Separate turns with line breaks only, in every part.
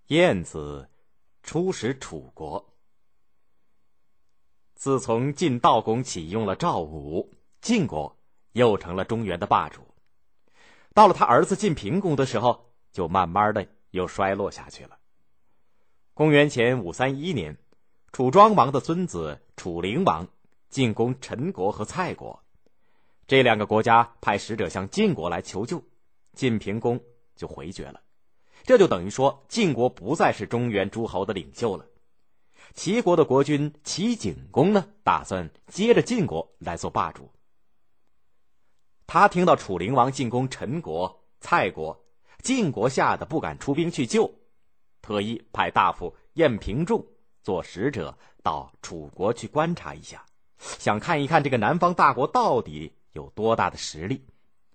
晏子出使楚国。自从晋悼公启用了赵武，晋国又成了中原的霸主。到了他儿子晋平公的时候，就慢慢的又衰落下去了。公元前531年，楚庄王的孙子楚灵王进攻陈国和蔡国，这两个国家派使者向晋国来求救，晋平公就回绝了。这就等于说晋国不再是中原诸侯的领袖了。齐国的国君齐景公呢，打算接着晋国来做霸主。他听到楚灵王进攻陈国、蔡国，晋国吓得不敢出兵去救，特意派大夫晏平仲做使者到楚国去观察一下，想看一看这个南方大国到底有多大的实力。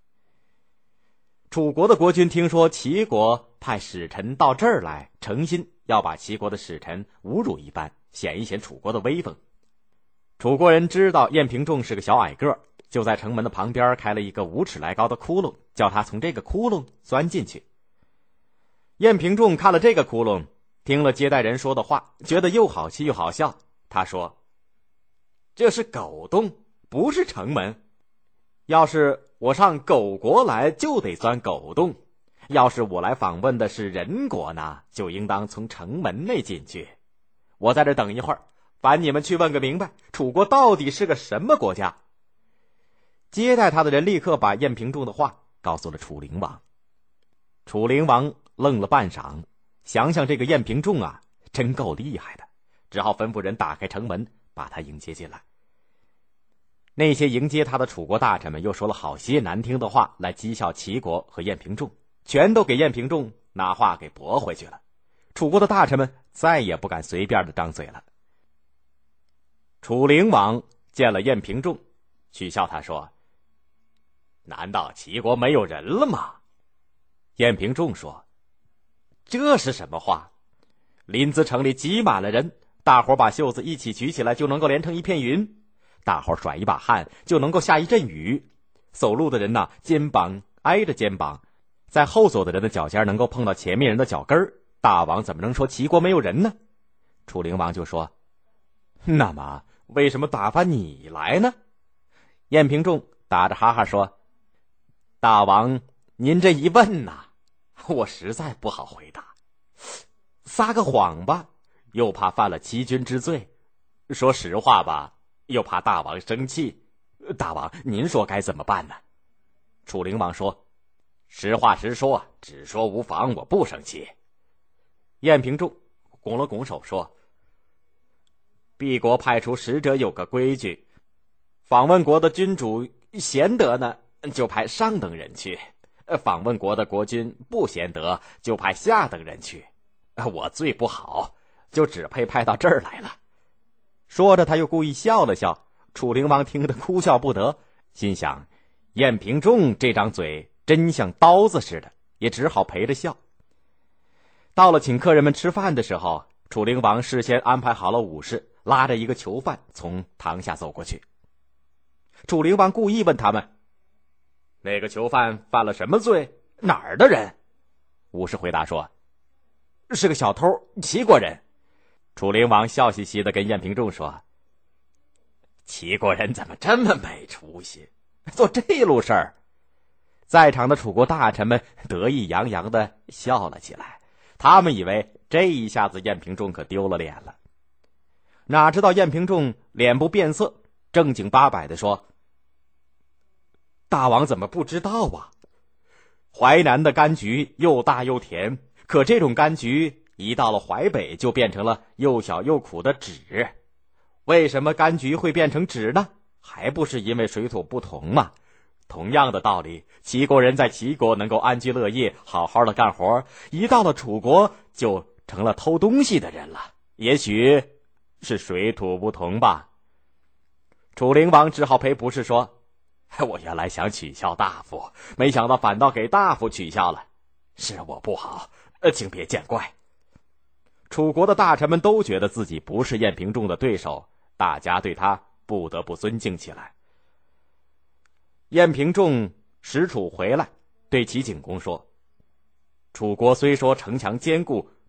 楚国的国君听说齐国派使臣到这儿来，诚心要把齐国的使臣侮辱一番，显一显楚国的威风。楚国人知道晏平仲是个小矮个，就在城门的旁边开了一个5尺来高的窟窿，叫他从这个窟窿钻进去。晏平仲看了这个窟窿，听了接待人说的话，觉得又好气又好笑。他说：“这是狗洞，不是城门。要是我上狗国来，就得钻狗洞；要是我来访问的是人国呢，就应当从城门内进去。我在这等一会儿，烦你们去问个明白，楚国到底是个什么国家？”接待他的人立刻把晏平仲的话告诉了楚灵王。楚灵王愣了半晌，想想这个晏平仲啊，真够厉害的，只好吩咐人打开城门，把他迎接进来。那些迎接他的楚国大臣们又说了好些难听的话来讥笑齐国和晏平仲，全都给晏平仲拿话给驳回去了。楚国的大臣们再也不敢随便的张嘴了。楚灵王见了晏平仲，取笑他说：“难道齐国没有人了吗？”晏平仲说：“这是什么话？临淄城里挤满了人，大伙把袖子一起举起来就能够连成一片云，大伙甩一把汗就能够下一阵雨，走路的人呢，肩膀挨着肩膀，在后走的人的脚尖能够碰到前面人的脚跟儿，大王怎么能说齐国没有人呢？”楚灵王就说：“那么为什么打发你来呢？”晏平仲打着哈哈说：“大王您这一问呐，我实在不好回答。撒个谎吧，又怕犯了欺君之罪；说实话吧，又怕大王生气。大王您说该怎么办呢？”楚灵王说：“实话实说，只说无妨，我不生气。”晏平仲拱了拱手说：“敝国派出使者有个规矩，访问国的君主贤德呢，就派上等人去；访问国的国君不贤德，就派下等人去。我最不好，就只配派到这儿来了。”说着他又故意笑了笑。楚灵王听得哭笑不得，心想晏平仲这张嘴真像刀子似的，也只好陪着笑。到了请客人们吃饭的时候，楚灵王事先安排好了武士，拉着一个囚犯从堂下走过去。楚灵王故意问他们：“那个囚犯犯了什么罪？哪儿的人？”武士回答说：“是个小偷，齐国人。”楚灵王笑嘻嘻地跟晏平仲说：“齐国人怎么这么没出息，做这路事儿？”在场的楚国大臣们得意洋洋地笑了起来，他们以为这一下子晏平仲可丢了脸了。哪知道晏平仲脸不变色，正经八百地说：“大王怎么不知道啊？淮南的柑橘又大又甜，可这种柑橘一到了淮北就变成了又小又苦的枳。为什么柑橘会变成枳呢？还不是因为水土不同嘛。同样的道理，齐国人在齐国能够安居乐业，好好的干活，一到了楚国就成了偷东西的人了。也许是水土不同吧。”楚灵王只好赔不是说：“我原来想取笑大夫，没想到反倒给大夫取笑了，是我不好，请别见怪。”楚国的大臣们都觉得自己不是晏平仲的对手，大家对他不得不尊敬起来。晏平仲使楚回来，对齐景公说：“楚国虽说城墙坚固，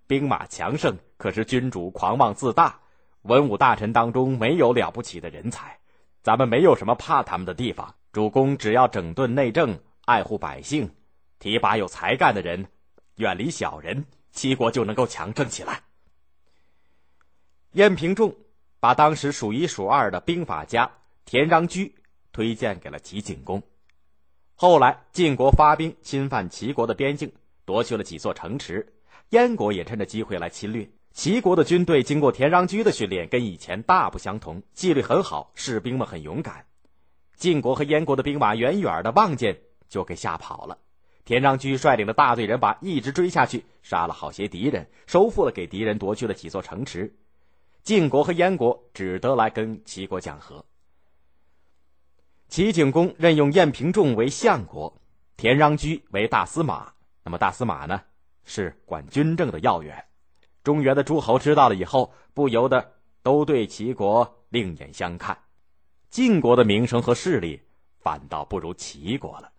兵马强盛，可是君主狂妄自大，文武大臣当中没有了不起的人才，咱们没有什么怕他们的地方。主公只要整顿内政，爱护百姓，提拔有才干的人，远离小人，齐国就能够强盛起来。晏平仲把当时数一数二的兵法家田穰苴推荐给了齐景公。后来晋国发兵侵犯齐国的边境，夺去了几座城池，燕国也趁着机会来侵略。齐国的军队经过田穰苴的训练，跟以前大不相同，纪律很好，士兵们很勇敢。晋国和燕国的兵马远远的望见就给吓跑了。田穰苴率领的大队人马一直追下去，杀了好些敌人，收复了给敌人夺去了几座城池。晋国和燕国只得来跟齐国讲和。齐景公任用晏平仲为相国，田穰苴为大司马。那么大司马呢，是管军政的要员。中原的诸侯知道了以后，不由得都对齐国另眼相看。晋国的名声和势力反倒不如齐国了。